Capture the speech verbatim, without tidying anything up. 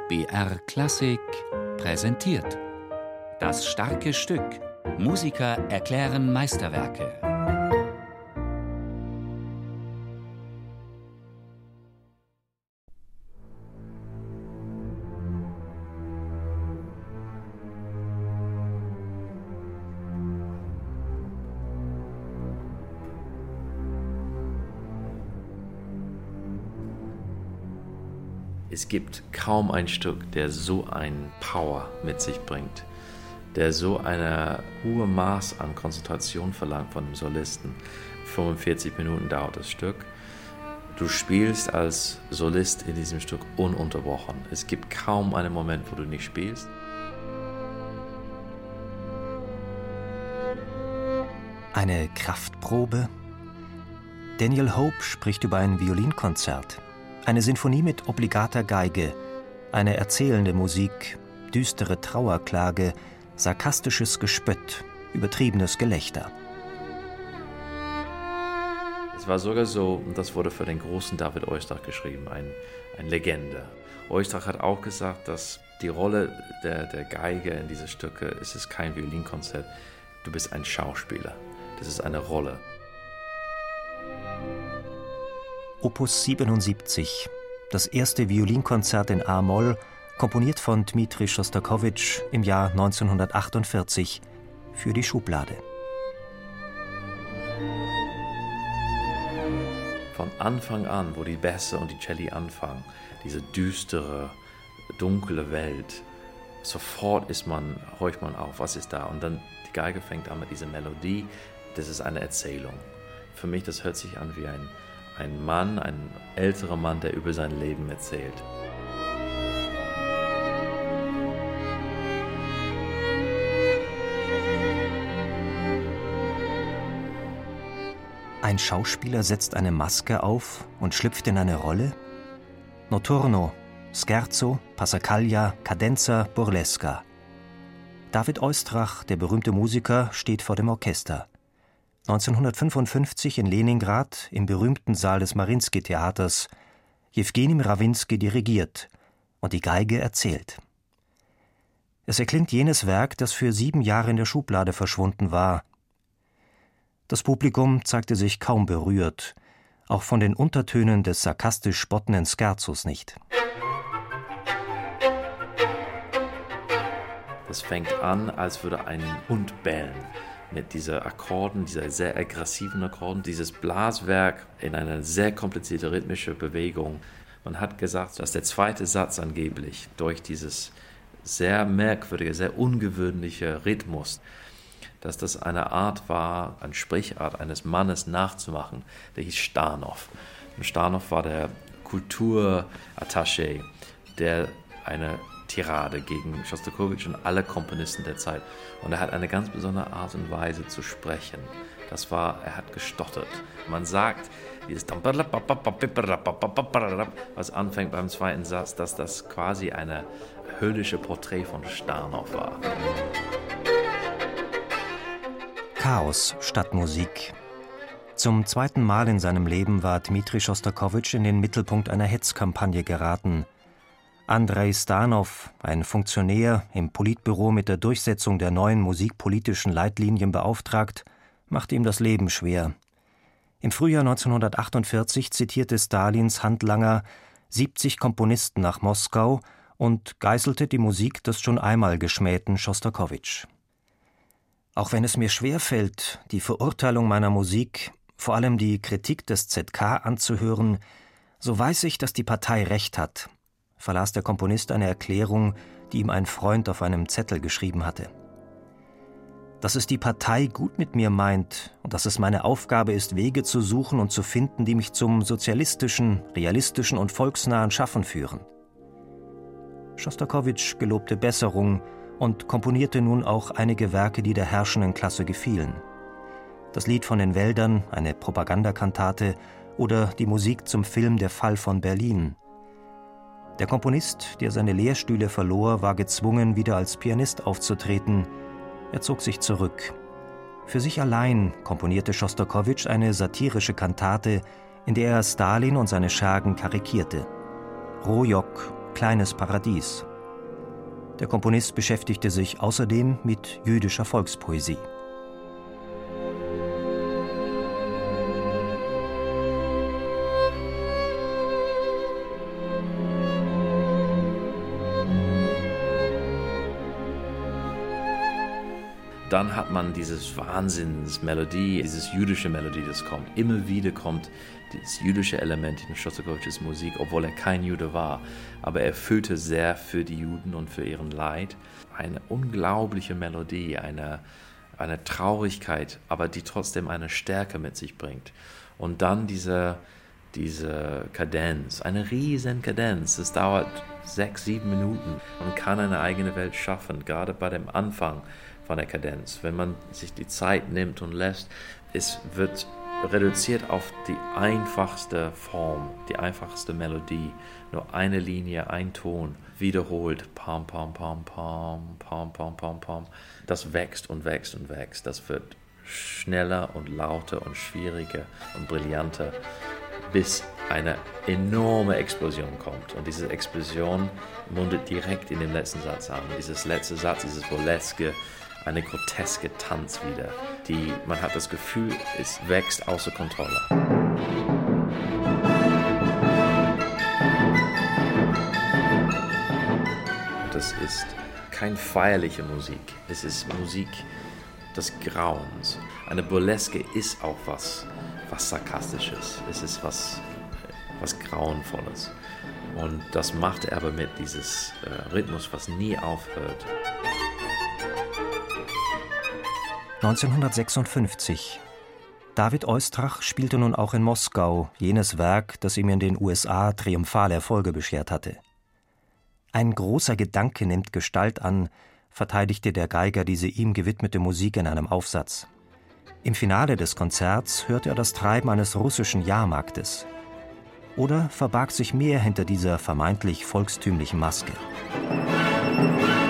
B R Klassik präsentiert das starke Stück. Musiker erklären Meisterwerke. Es gibt kaum ein Stück, der so ein Power mit sich bringt, der so eine hohe Maß an Konzentration verlangt von dem Solisten. fünfundvierzig Minuten dauert das Stück. Du spielst als Solist in diesem Stück ununterbrochen. Es gibt kaum einen Moment, wo du nicht spielst. Eine Kraftprobe? Daniel Hope spricht über ein Violinkonzert. Eine Sinfonie mit obligater Geige, eine erzählende Musik, düstere Trauerklage, sarkastisches Gespött, übertriebenes Gelächter. Es war sogar so, und das wurde für den großen David Oistrakh geschrieben, ein, ein Legende. Oistrakh hat auch gesagt, dass die Rolle der, der Geige in diese Stücke, es ist kein Violinkonzert, du bist ein Schauspieler, das ist eine Rolle. Opus siebenundsiebzig, das erste Violinkonzert in A-Moll, komponiert von Dmitri Schostakowitsch im Jahr neunzehnhundertachtundvierzig für die Schublade. Von Anfang an, wo die Bässe und die Celli anfangen, diese düstere, dunkle Welt, sofort ist man, horcht man auf, was ist da? Und dann die Geige fängt an mit dieser Melodie, das ist eine Erzählung. Für mich, das hört sich an wie ein Ein Mann, ein älterer Mann, der über sein Leben erzählt. Ein Schauspieler setzt eine Maske auf und schlüpft in eine Rolle? Notturno, Scherzo, Passacaglia, Cadenza, Burlesca. David Oistrakh, der berühmte Musiker, steht vor dem Orchester. neunzehnhundertfünfundfünfzig in Leningrad im berühmten Saal des Mariinsky-Theaters. Jewgeni Mrawinsky dirigiert und die Geige erzählt. Es erklingt jenes Werk, das für sieben Jahre in der Schublade verschwunden war. Das Publikum zeigte sich kaum berührt, auch von den Untertönen des sarkastisch spottenden Scherzos nicht. Das fängt an, als würde ein Hund bellen. Mit diesen Akkorden, dieser sehr aggressiven Akkorden, dieses Blaswerk in eine sehr komplizierte rhythmische Bewegung. Man hat gesagt, dass der zweite Satz angeblich durch dieses sehr merkwürdige, sehr ungewöhnliche Rhythmus, dass das eine Art war, eine Sprichart eines Mannes nachzumachen, der hieß Starnow. Und Starnow war der Kulturattaché, der eine Tirade gegen Schostakowitsch und alle Komponisten der Zeit. Und er hat eine ganz besondere Art und Weise zu sprechen. Das war, er hat gestottert. Man sagt, dieses was anfängt beim zweiten Satz, dass das quasi eine höllische Porträt von Starnow war. Chaos statt Musik. Zum zweiten Mal in seinem Leben war Dmitri Schostakowitsch in den Mittelpunkt einer Hetzkampagne geraten. Andrei Stanow, ein Funktionär im Politbüro mit der Durchsetzung der neuen musikpolitischen Leitlinien beauftragt, machte ihm das Leben schwer. Im Frühjahr neunzehnhundertachtundvierzig zitierte Stalins Handlanger siebzig Komponisten nach Moskau und geißelte die Musik des schon einmal geschmähten Schostakowitsch. Auch wenn es mir schwerfällt, die Verurteilung meiner Musik, vor allem die Kritik des Z K anzuhören, so weiß ich, dass die Partei recht hat, verlas der Komponist eine Erklärung, die ihm ein Freund auf einem Zettel geschrieben hatte. Dass es die Partei gut mit mir meint und dass es meine Aufgabe ist, Wege zu suchen und zu finden, die mich zum sozialistischen, realistischen und volksnahen Schaffen führen. Schostakowitsch gelobte Besserung und komponierte nun auch einige Werke, die der herrschenden Klasse gefielen. Das Lied von den Wäldern, eine Propagandakantate oder die Musik zum Film Der Fall von Berlin. Der Komponist, der seine Lehrstühle verlor, war gezwungen, wieder als Pianist aufzutreten. Er zog sich zurück. Für sich allein komponierte Schostakowitsch eine satirische Kantate, in der er Stalin und seine Schergen karikierte. Rojok, Kleines Paradies. Der Komponist beschäftigte sich außerdem mit jüdischer Volkspoesie. Dann hat man dieses Wahnsinnsmelodie, dieses jüdische Melodie, das kommt. Immer wieder kommt dieses jüdische Element in Schostakowitschs Musik, obwohl er kein Jude war. Aber er fühlte sehr für die Juden und für ihren Leid. Eine unglaubliche Melodie, eine, eine Traurigkeit, aber die trotzdem eine Stärke mit sich bringt. Und dann diese, diese Kadenz, eine riesen Kadenz. Es dauert sechs, sieben Minuten. Man kann eine eigene Welt schaffen, gerade bei dem Anfang von der Kadenz. Wenn man sich die Zeit nimmt und lässt, es wird reduziert auf die einfachste Form, die einfachste Melodie. Nur eine Linie, ein Ton, wiederholt. Pam, pam, pam, pam, pam, pam, pam, pam. Das wächst und wächst und wächst. Das wird schneller und lauter und schwieriger und brillanter, bis eine enorme Explosion kommt. Und diese Explosion mundet direkt in den letzten Satz an. Dieses letzte Satz, dieses burleske, eine groteske Tanz wieder, die, man hat das Gefühl, es wächst außer Kontrolle. Und das ist keine feierliche Musik, es ist Musik des Grauens. Eine Burleske ist auch was, was Sarkastisches, es ist was, was Grauenvolles. Und das macht er aber mit dieses äh, Rhythmus, was nie aufhört. neunzehnhundertsechsundfünfzig. David Oistrakh spielte nun auch in Moskau jenes Werk, das ihm in den U S A triumphale Erfolge beschert hatte. Ein großer Gedanke nimmt Gestalt an, verteidigte der Geiger diese ihm gewidmete Musik in einem Aufsatz. Im Finale des Konzerts hörte er das Treiben eines russischen Jahrmarktes. Oder verbarg sich mehr hinter dieser vermeintlich volkstümlichen Maske?